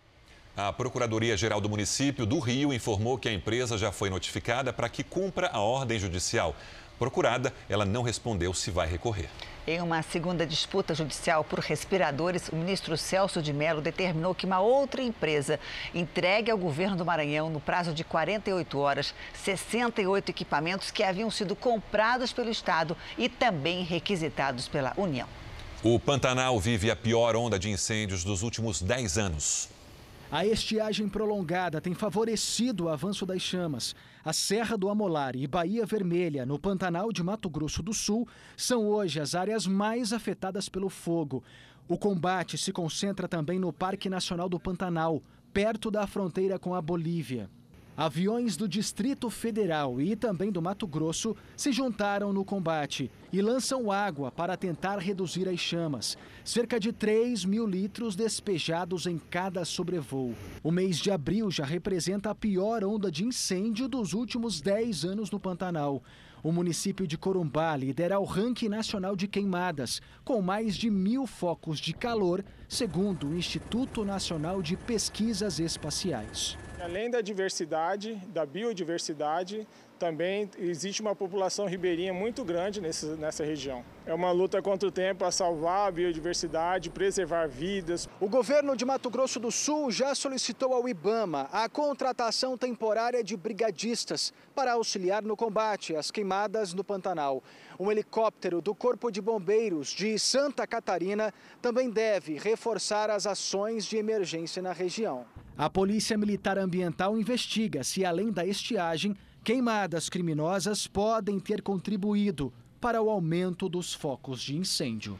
A Procuradoria-Geral do Município do Rio informou que a empresa já foi notificada para que cumpra a ordem judicial. Procurada, ela não respondeu se vai recorrer. Em uma segunda disputa judicial por respiradores, o ministro Celso de Mello determinou que uma outra empresa entregue ao governo do Maranhão, no prazo de quarenta e oito horas, sessenta e oito equipamentos que haviam sido comprados pelo Estado e também requisitados pela União. O Pantanal vive a pior onda de incêndios dos últimos dez anos. A estiagem prolongada tem favorecido o avanço das chamas. A Serra do Amolar e Baía Vermelha, no Pantanal de Mato Grosso do Sul, são hoje as áreas mais afetadas pelo fogo. O combate se concentra também no Parque Nacional do Pantanal, perto da fronteira com a Bolívia. Aviões do Distrito Federal e também do Mato Grosso se juntaram no combate e lançam água para tentar reduzir as chamas. Cerca de três mil litros despejados em cada sobrevoo. O mês de abril já representa a pior onda de incêndio dos últimos dez anos no Pantanal. O município de Corumbá lidera o ranking nacional de queimadas, com mais de mil focos de calor, segundo o Instituto Nacional de Pesquisas Espaciais. Além da diversidade, da biodiversidade, também existe uma população ribeirinha muito grande nesse, nessa região. É uma luta contra o tempo a salvar a biodiversidade, preservar vidas. O governo de Mato Grosso do Sul já solicitou ao IBAMA a contratação temporária de brigadistas para auxiliar no combate às queimadas no Pantanal. Um helicóptero do Corpo de Bombeiros de Santa Catarina também deve reforçar as ações de emergência na região. A Polícia Militar Ambiental investiga se, além da estiagem, queimadas criminosas podem ter contribuído para o aumento dos focos de incêndio.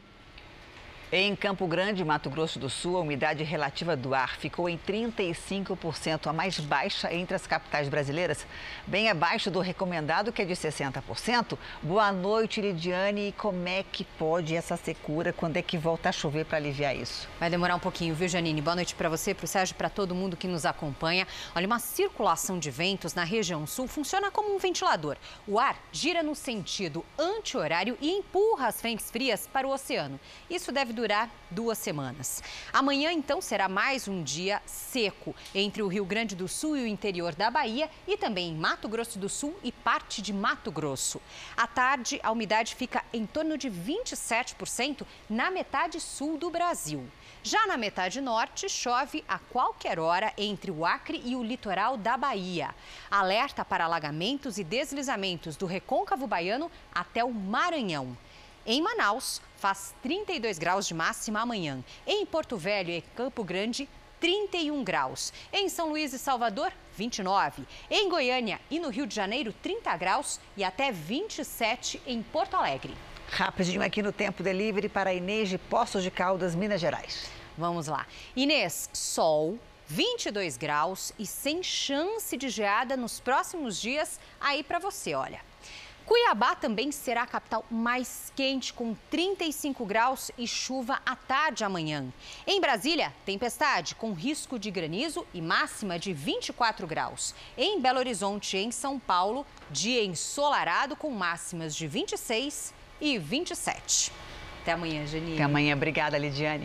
Em Campo Grande, Mato Grosso do Sul, a umidade relativa do ar ficou em trinta e cinco por cento, a mais baixa entre as capitais brasileiras, bem abaixo do recomendado, que é de sessenta por cento. Boa noite, Lidiane. E como é que pode essa secura? Quando é que volta a chover para aliviar isso? Vai demorar um pouquinho, viu, Janine? Boa noite para você, para o Sérgio, para todo mundo que nos acompanha. Olha, uma circulação de ventos na região sul funciona como um ventilador. O ar gira no sentido anti-horário e empurra as frentes frias para o oceano. Isso deve durar durar duas semanas. Amanhã, então, será mais um dia seco entre o Rio Grande do Sul e o interior da Bahia e também em Mato Grosso do Sul e parte de Mato Grosso. À tarde, a umidade fica em torno de vinte e sete por cento na metade sul do Brasil. Já na metade norte, chove a qualquer hora entre o Acre e o litoral da Bahia. Alerta para alagamentos e deslizamentos do Recôncavo Baiano até o Maranhão. Em Manaus, faz trinta e dois graus de máxima amanhã. Em Porto Velho e Campo Grande, trinta e um graus. Em São Luís e Salvador, vinte e nove. Em Goiânia e no Rio de Janeiro, trinta graus e até vinte e sete em Porto Alegre. Rapidinho aqui no Tempo Delivery para a Inês de Poços de Caldas, Minas Gerais. Vamos lá. Inês, sol, vinte e dois graus e sem chance de geada nos próximos dias aí para você, olha. Cuiabá também será a capital mais quente, com trinta e cinco graus e chuva à tarde amanhã. Em Brasília, tempestade com risco de granizo e máxima de vinte e quatro graus. Em Belo Horizonte e em São Paulo, dia ensolarado com máximas de vinte e seis e vinte e sete. Até amanhã, Janine. Até amanhã. Obrigada, Lidiane.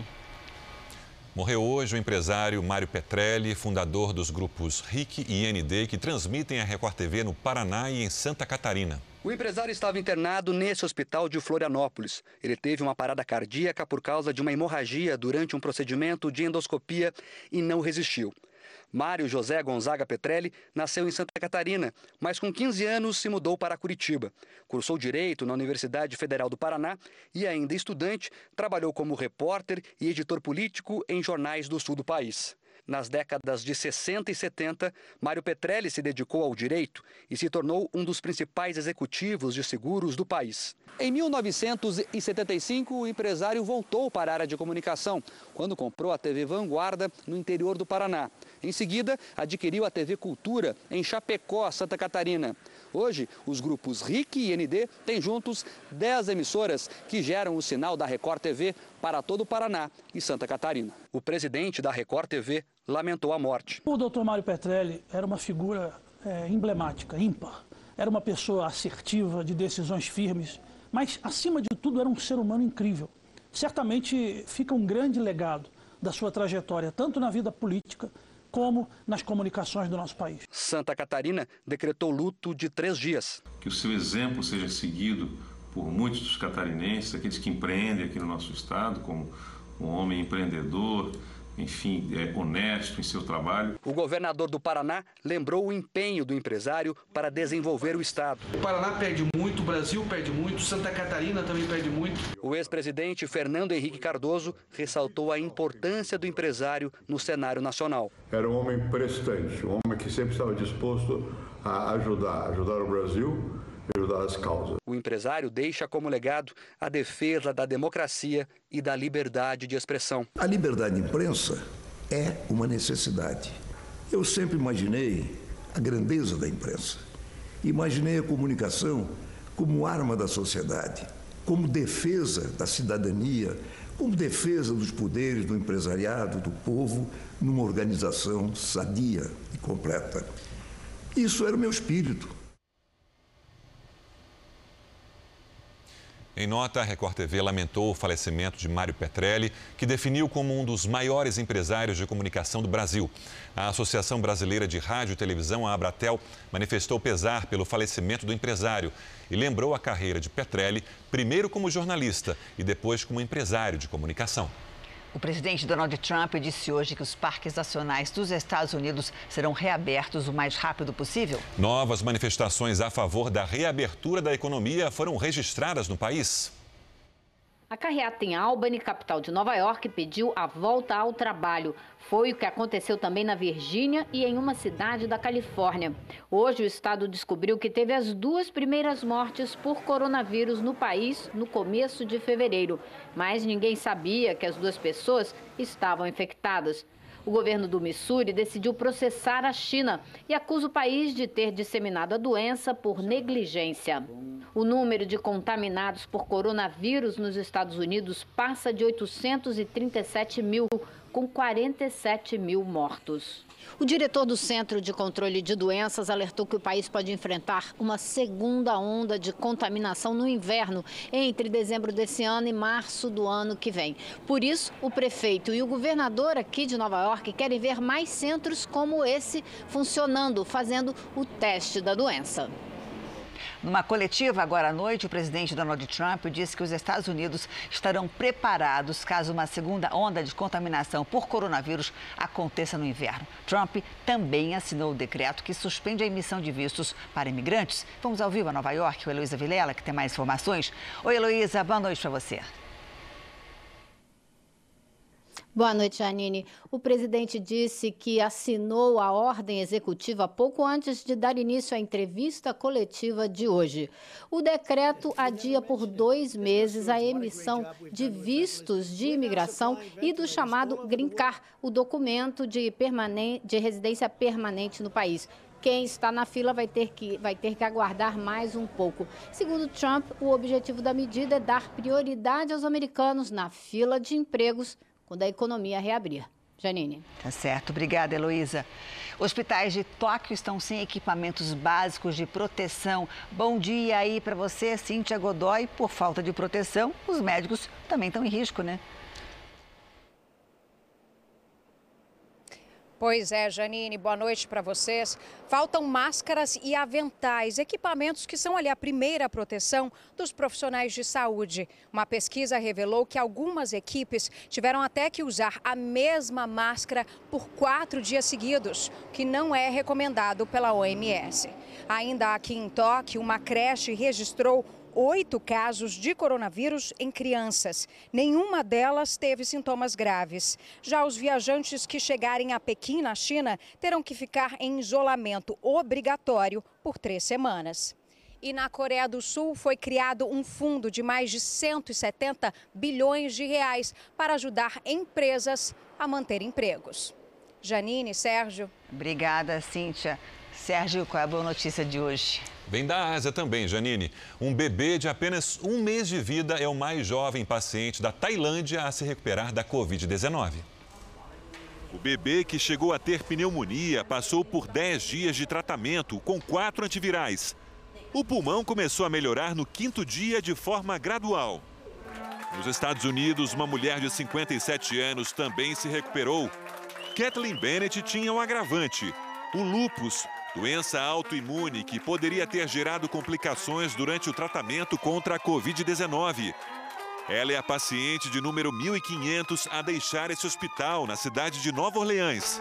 Morreu hoje o empresário Mário Petrelli, fundador dos grupos R I C e I N D, que transmitem a Record T V no Paraná e em Santa Catarina. O empresário estava internado nesse hospital de Florianópolis. Ele teve uma parada cardíaca por causa de uma hemorragia durante um procedimento de endoscopia e não resistiu. Mário José Gonzaga Petrelli nasceu em Santa Catarina, mas com quinze anos se mudou para Curitiba. Cursou Direito na Universidade Federal do Paraná e, ainda estudante, trabalhou como repórter e editor político em jornais do sul do país. Nas décadas de sessenta e setenta, Mário Petrelli se dedicou ao direito e se tornou um dos principais executivos de seguros do país. Em mil novecentos e setenta e cinco, o empresário voltou para a área de comunicação, quando comprou a T V Vanguarda, no interior do Paraná. Em seguida, adquiriu a T V Cultura, em Chapecó, Santa Catarina. Hoje, os grupos R I C e I N D têm juntos dez emissoras que geram o sinal da Record T V para todo o Paraná e Santa Catarina. O presidente da Record T V lamentou a morte. O doutor Mário Petrelli era uma figura é, emblemática, ímpar. Era uma pessoa assertiva, de decisões firmes, mas, acima de tudo, era um ser humano incrível. Certamente fica um grande legado da sua trajetória, tanto na vida política como nas comunicações do nosso país. Santa Catarina decretou luto de três dias. Que o seu exemplo seja seguido por muitos dos catarinenses, aqueles que empreendem aqui no nosso estado, como um homem empreendedor, enfim, é, honesto em seu trabalho. O governador do Paraná lembrou o empenho do empresário para desenvolver o estado. O Paraná perde muito, o Brasil perde muito, Santa Catarina também perde muito. O ex-presidente Fernando Henrique Cardoso ressaltou a importância do empresário no cenário nacional. Era um homem prestante, um homem que sempre estava disposto a ajudar, ajudar o Brasil, ajudar as causas. O empresário deixa como legado a defesa da democracia e da liberdade de expressão. A liberdade de imprensa é uma necessidade. Eu sempre imaginei a grandeza da imprensa. Imaginei a comunicação como arma da sociedade, como defesa da cidadania, como defesa dos poderes do empresariado, do povo, numa organização sadia e completa. Isso era o meu espírito. Em nota, a Record T V lamentou o falecimento de Mário Petrelli, que definiu como um dos maiores empresários de comunicação do Brasil. A Associação Brasileira de Rádio e Televisão, a Abratel, manifestou pesar pelo falecimento do empresário e lembrou a carreira de Petrelli, primeiro como jornalista e depois como empresário de comunicação. O presidente Donald Trump disse hoje que os parques nacionais dos Estados Unidos serão reabertos o mais rápido possível. Novas manifestações a favor da reabertura da economia foram registradas no país. A carreata em Albany, capital de Nova York, pediu a volta ao trabalho. Foi o que aconteceu também na Virgínia e em uma cidade da Califórnia. Hoje, o estado descobriu que teve as duas primeiras mortes por coronavírus no país no começo de fevereiro. Mas ninguém sabia que as duas pessoas estavam infectadas. O governo do Missouri decidiu processar a China e acusa o país de ter disseminado a doença por negligência. O número de contaminados por coronavírus nos Estados Unidos passa de oitocentos e trinta e sete mil, com quarenta e sete mil mortos. O diretor do Centro de Controle de Doenças alertou que o país pode enfrentar uma segunda onda de contaminação no inverno, entre dezembro desse ano e março do ano que vem. Por isso, o prefeito e o governador aqui de Nova York querem ver mais centros como esse funcionando, fazendo o teste da doença. Numa coletiva agora à noite, o presidente Donald Trump disse que os Estados Unidos estarão preparados caso uma segunda onda de contaminação por coronavírus aconteça no inverno. Trump também assinou o decreto que suspende a emissão de vistos para imigrantes. Vamos ao vivo a Nova York, o Heloísa Vilela, que tem mais informações. Oi, Heloísa, boa noite para você. Boa noite, Janine. O presidente disse que assinou a ordem executiva pouco antes de dar início à entrevista coletiva de hoje. O decreto adia por dois meses a emissão de vistos de imigração e do chamado Green Card, o documento de, permanen- de residência permanente no país. Quem está na fila vai ter, que, vai ter que aguardar mais um pouco. Segundo Trump, o objetivo da medida é dar prioridade aos americanos na fila de empregos quando a economia reabrir. Janine. Tá certo. Obrigada, Heloísa. Hospitais de Tóquio estão sem equipamentos básicos de proteção. Bom dia aí para você, Cíntia Godoy. Por falta de proteção, os médicos também estão em risco, né? Pois é, Janine, boa noite para vocês. Faltam máscaras e aventais, equipamentos que são ali a primeira proteção dos profissionais de saúde. Uma pesquisa revelou que algumas equipes tiveram até que usar a mesma máscara por quatro dias seguidos, o que não é recomendado pela O M S. Ainda aqui em Tóquio, uma creche registrou oito casos de coronavírus em crianças. Nenhuma delas teve sintomas graves. Já os viajantes que chegarem a Pequim, na China, terão que ficar em isolamento obrigatório por três semanas. E na Coreia do Sul foi criado um fundo de mais de cento e setenta bilhões de reais para ajudar empresas a manter empregos. Janine, Sérgio. Obrigada, Cíntia. Sérgio, qual é a boa notícia de hoje? Vem da Ásia também, Janine. Um bebê de apenas um mês de vida é o mais jovem paciente da Tailândia a se recuperar da covid dezenove. O bebê, que chegou a ter pneumonia, passou por dez dias de tratamento com quatro antivirais. O pulmão começou a melhorar no quinto dia de forma gradual. Nos Estados Unidos, uma mulher de cinquenta e sete anos também se recuperou. Kathleen Bennett tinha um agravante, o lúpus, doença autoimune que poderia ter gerado complicações durante o tratamento contra a covid dezenove. Ela é a paciente de número mil e quinhentos a deixar esse hospital na cidade de Nova Orleans.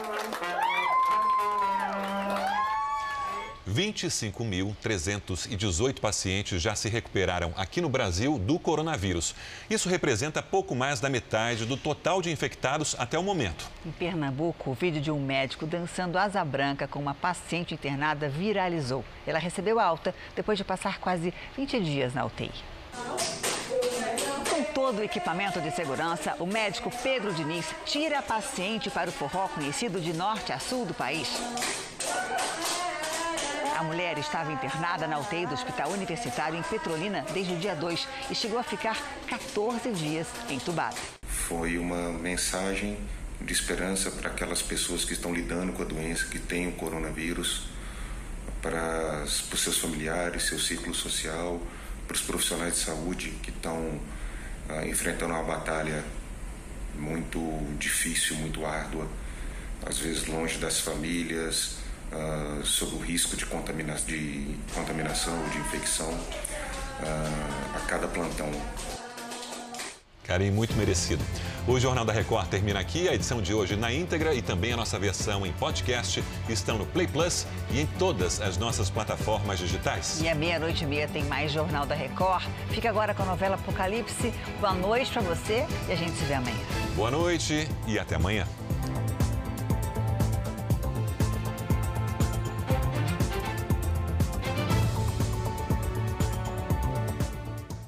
vinte e cinco mil trezentos e dezoito pacientes já se recuperaram aqui no Brasil do coronavírus. Isso representa pouco mais da metade do total de infectados até o momento. Em Pernambuco, o vídeo de um médico dançando asa branca com uma paciente internada viralizou. Ela recebeu alta depois de passar quase vinte dias na U T I. Com todo o equipamento de segurança, o médico Pedro Diniz tira a paciente para o forró conhecido de norte a sul do país. A mulher estava internada na U T I do Hospital Universitário em Petrolina desde o dia dois e chegou a ficar quatorze dias entubada. Foi uma mensagem de esperança para aquelas pessoas que estão lidando com a doença, que têm o coronavírus, para os seus familiares, seu ciclo social, para os profissionais de saúde que estão uh, enfrentando uma batalha muito difícil, muito árdua, às vezes longe das famílias, Uh, sob o risco de, contamina de contaminação ou de infecção uh, a cada plantão. Carinho muito merecido. O Jornal da Record termina aqui. A edição de hoje na íntegra e também a nossa versão em podcast estão no Play Plus e em todas as nossas plataformas digitais. E à meia-noite e meia tem mais Jornal da Record. Fica agora com a novela Apocalipse. Boa noite para você e a gente se vê amanhã. Boa noite e até amanhã.